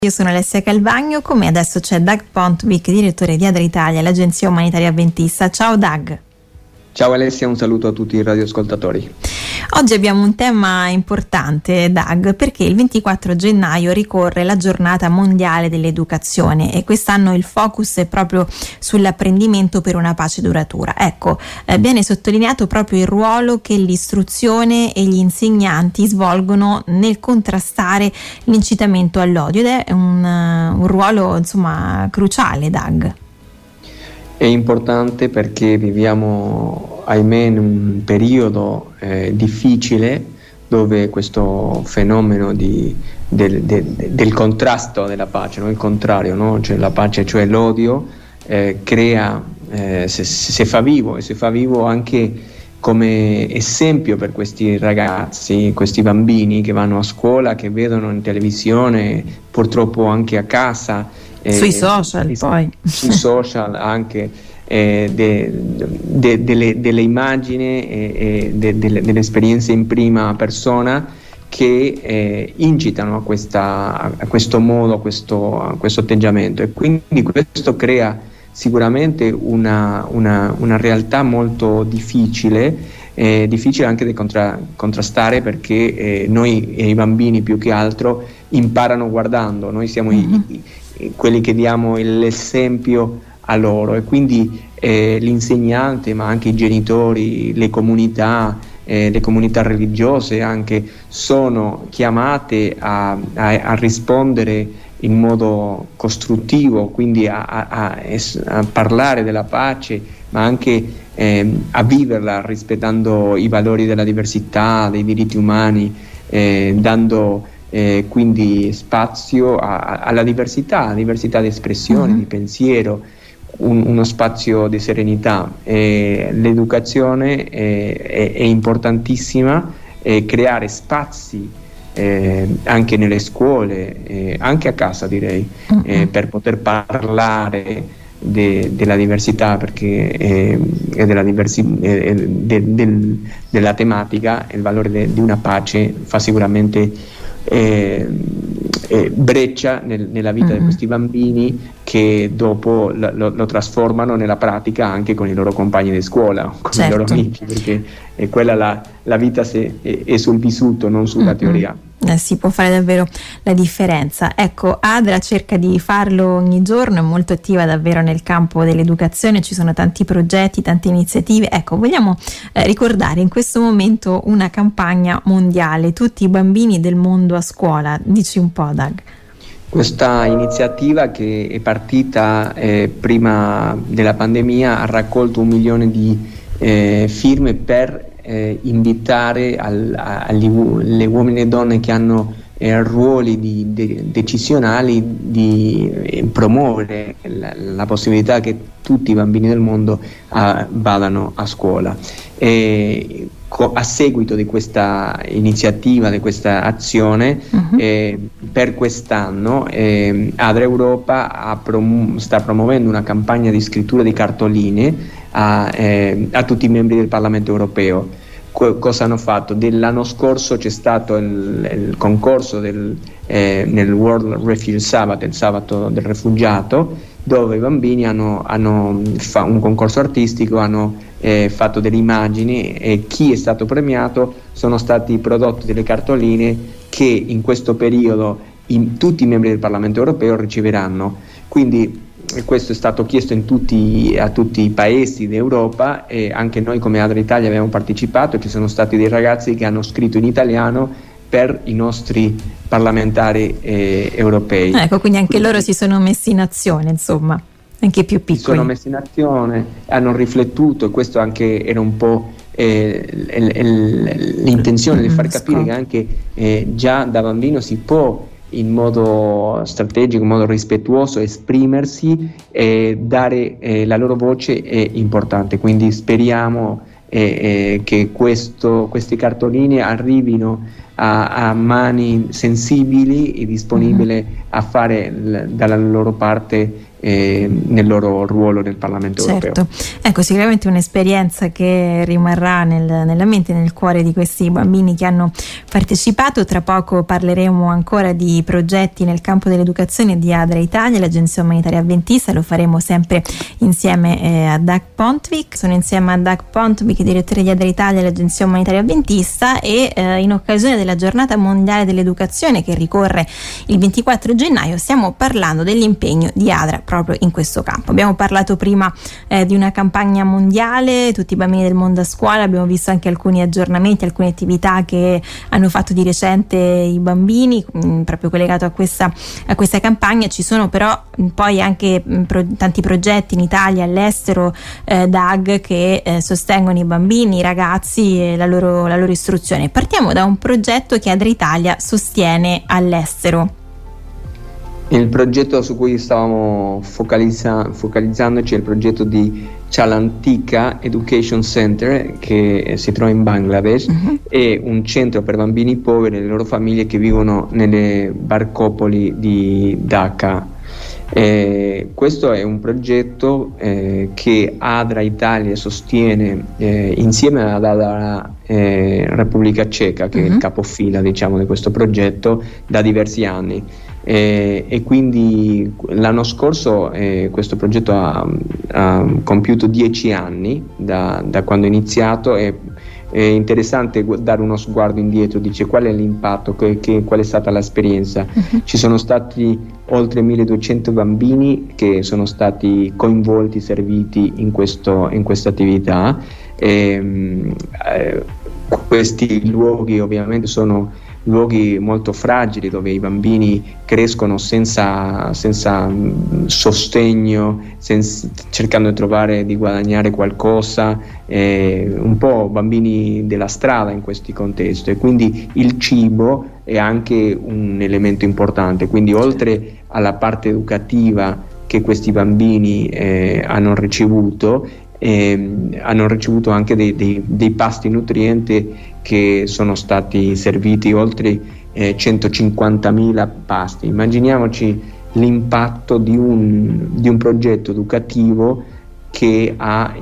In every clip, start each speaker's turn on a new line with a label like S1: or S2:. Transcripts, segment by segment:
S1: Io sono Alessia Calvagno, con me adesso c'è Doug Pontvick, direttore di ADRA Italia, l'agenzia umanitaria avventista. Ciao Doug.
S2: Ciao Alessia, un saluto a tutti i radioascoltatori.
S1: Oggi abbiamo un tema importante, Doug, perché il 24 gennaio ricorre la giornata mondiale dell'educazione e quest'anno il focus è proprio sull'apprendimento per una pace duratura. Ecco, viene sottolineato proprio il ruolo che l'istruzione e gli insegnanti svolgono nel contrastare l'incitamento all'odio ed è un ruolo cruciale, Doug.
S2: È importante perché viviamo, ahimè, in un periodo difficile dove questo fenomeno del contrasto della pace, no? Il contrario, no? Cioè la pace, cioè l'odio, crea, se fa vivo e si fa vivo anche come esempio per questi ragazzi, questi bambini che vanno a scuola, che vedono in televisione, purtroppo anche a casa,
S1: sui social poi
S2: sui social anche delle immagini e delle esperienze in prima persona che incitano a questo modo, a questo atteggiamento, e quindi questo crea sicuramente una realtà molto difficile anche da contrastare, perché noi e i bambini più che altro imparano guardando, noi siamo quelli che diamo l'esempio a loro, e quindi l'insegnante, ma anche i genitori, le comunità religiose anche sono chiamate a rispondere in modo costruttivo, quindi a parlare della pace, ma anche a viverla rispettando i valori della diversità, dei diritti umani, dando quindi spazio alla diversità di espressione, di pensiero, uno spazio di serenità. L'educazione è importantissima, creare spazi anche nelle scuole, anche a casa direi, per poter parlare della diversità, perché della tematica, il valore di una pace fa sicuramente breccia nella vita di questi bambini, che dopo lo trasformano nella pratica anche con i loro compagni di scuola, con i loro amici, perché è quella la vita è sul vissuto, non sulla teoria.
S1: Si può fare davvero la differenza. Ecco, ADRA cerca di farlo ogni giorno, è molto attiva davvero nel campo dell'educazione, ci sono tanti progetti, tante iniziative. Ecco, vogliamo ricordare in questo momento una campagna mondiale, tutti i bambini del mondo a scuola. Dici un po', Doug.
S2: Questa iniziativa, che è partita prima della pandemia, ha raccolto 1 milione di firme per invitare le uomini e donne che hanno ruoli decisionali di promuovere la possibilità che tutti i bambini del mondo vadano a scuola. A seguito di questa iniziativa, di questa azione, per quest'anno ADRA Europa sta promuovendo una campagna di scrittura di cartoline a tutti i membri del Parlamento europeo. Cosa hanno fatto? Dell'anno scorso c'è stato il concorso nel World Refugee Sabbath, il sabato del rifugiato, dove i bambini hanno un concorso artistico, hanno fatto delle immagini, e chi è stato premiato sono stati prodotti delle cartoline che in questo periodo tutti i membri del Parlamento europeo riceveranno. Quindi questo è stato chiesto a tutti i paesi d'Europa, e anche noi come ADRA Italia abbiamo partecipato. Ci sono stati dei ragazzi che hanno scritto in italiano per i nostri parlamentari europei.
S1: Ecco, quindi anche loro si sono messi in azione, insomma, anche più piccoli.
S2: Si sono messi in azione, hanno riflettuto, e questo anche era un po' l'intenzione di far capire che anche già da bambino si può, in modo strategico, in modo rispettuoso, esprimersi, e dare la loro voce è importante. Quindi speriamo che queste cartoline arrivino a mani sensibili e disponibili a fare dalla loro parte nel loro ruolo nel Parlamento europeo.
S1: Ecco, sicuramente un'esperienza che rimarrà nella mente e nel cuore di questi bambini che hanno partecipato. Tra poco parleremo ancora di progetti nel campo dell'educazione di ADRA Italia, l'Agenzia Umanitaria Adventista. Lo faremo sempre insieme a Doug Pontvick. Sono insieme a Doug Pontvick, direttore di ADRA Italia, l'Agenzia Umanitaria Adventista, e in occasione della Giornata Mondiale dell'Educazione che ricorre il 24 gennaio stiamo parlando dell'impegno di ADRA proprio in questo campo. Abbiamo parlato prima di una campagna mondiale, tutti i bambini del mondo a scuola, abbiamo visto anche alcuni aggiornamenti, alcune attività che hanno fatto di recente i bambini, proprio collegato a questa campagna. Ci sono però poi anche tanti progetti in Italia, all'estero, DAG, che sostengono i bambini, i ragazzi e la loro istruzione. Partiamo da un progetto che ADRA Italia sostiene all'estero.
S2: Il progetto su cui stavamo focalizzandoci è il progetto di Chalantika Education Center, che si trova in Bangladesh. È un centro per bambini poveri e le loro famiglie che vivono nelle barcopoli di Dhaka. Questo è un progetto che ADRA Italia sostiene insieme alla Repubblica Ceca, che è il capofila, diciamo, di questo progetto da diversi anni. E quindi l'anno scorso questo progetto ha compiuto 10 anni da quando è iniziato. È interessante dare uno sguardo indietro, dice qual è l'impatto, qual è stata l'esperienza. Ci sono stati oltre 1200 bambini che sono stati coinvolti, serviti in questa attività. Questi luoghi ovviamente sono luoghi molto fragili, dove i bambini crescono senza sostegno, cercando di guadagnare qualcosa, un po' bambini della strada in questi contesti, e quindi il cibo è anche un elemento importante. Quindi oltre alla parte educativa che questi bambini hanno ricevuto anche dei pasti nutrienti che sono stati serviti, oltre 150.000 pasti. Immaginiamoci l'impatto di un progetto educativo che ha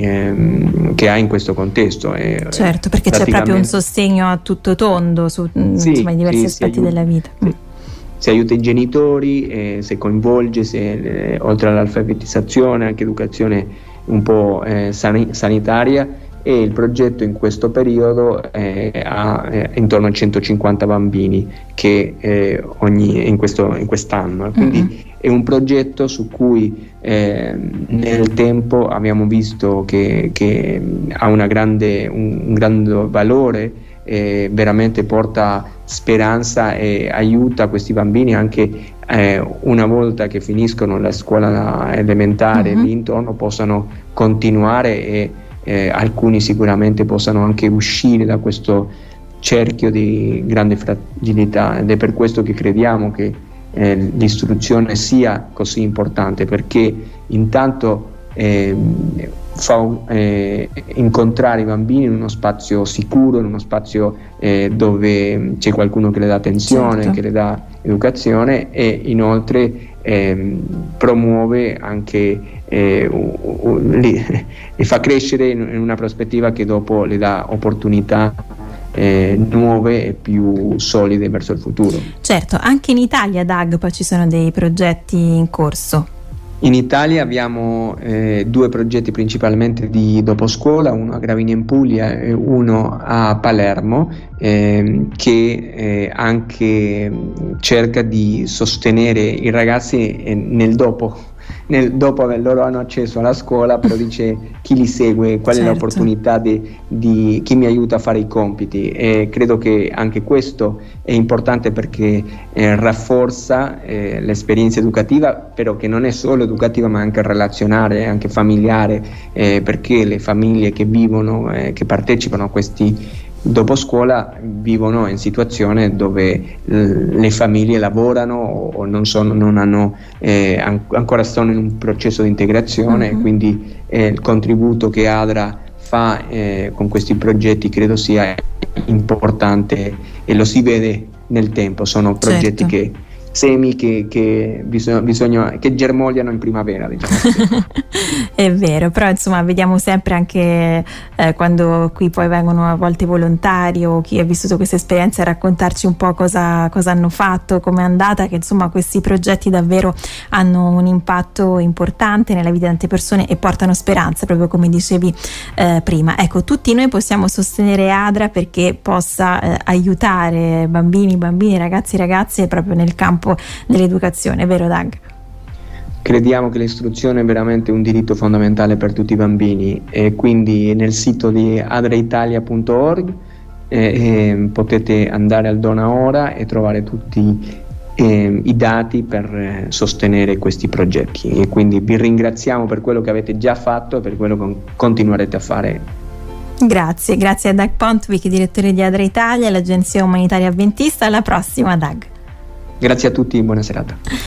S2: in questo contesto.
S1: Certo, perché c'è proprio un sostegno a tutto tondo su i diversi aspetti della vita.
S2: Si aiuta i genitori, si coinvolge, oltre all'alfabetizzazione, anche educazione un po' sanitaria, e il progetto in questo periodo ha intorno a 150 bambini che in quest'anno. Quindi è un progetto su cui nel tempo abbiamo visto che ha un grande valore, veramente porta speranza e aiuta questi bambini anche una volta che finiscono la scuola elementare lì intorno, possano continuare e alcuni sicuramente possano anche uscire da questo cerchio di grande fragilità. Ed è per questo che crediamo che l'istruzione sia così importante, perché intanto fa incontrare i bambini in uno spazio sicuro, in uno spazio dove c'è qualcuno che le dà attenzione, certo, che le dà educazione, e inoltre promuove anche li fa crescere in una prospettiva che dopo le dà opportunità nuove e più solide verso il futuro.
S1: Certo, anche in Italia, Doug, poi ci sono dei progetti in corso.
S2: In Italia abbiamo 2 progetti principalmente di doposcuola, uno a Gravina in Puglia e uno a Palermo, che anche cerca di sostenere i ragazzi dopo loro hanno accesso alla scuola, però dice chi li segue, qual è l'opportunità di chi mi aiuta a fare i compiti, e credo che anche questo è importante perché rafforza l'esperienza educativa, però che non è solo educativa ma anche relazionale, anche familiare, perché le famiglie che vivono, che partecipano a questi dopo scuola vivono in situazioni dove le famiglie lavorano o ancora sono in un processo di integrazione, quindi il contributo che ADRA fa con questi progetti credo sia importante, e lo si vede nel tempo. Sono progetti che semi che germogliano in primavera, diciamo così.
S1: È vero, però insomma vediamo sempre anche quando qui poi vengono a volte volontari o chi ha vissuto questa esperienza a raccontarci un po' cosa hanno fatto, com'è andata, che insomma questi progetti davvero hanno un impatto importante nella vita di tante persone e portano speranza, proprio come dicevi prima. Ecco, tutti noi possiamo sostenere ADRA perché possa aiutare bambini, ragazze proprio nel campo dell'educazione, vero Doug?
S2: Crediamo che l'istruzione è veramente un diritto fondamentale per tutti i bambini e quindi nel sito di adraitalia.org potete andare al Dona Ora e trovare tutti i dati per sostenere questi progetti, e quindi vi ringraziamo per quello che avete già fatto e per quello che continuerete a fare.
S1: Grazie a Doug Pontvick, direttore di ADRA Italia, l'agenzia umanitaria avventista. Alla prossima, Doug.
S2: Grazie a tutti, buona serata.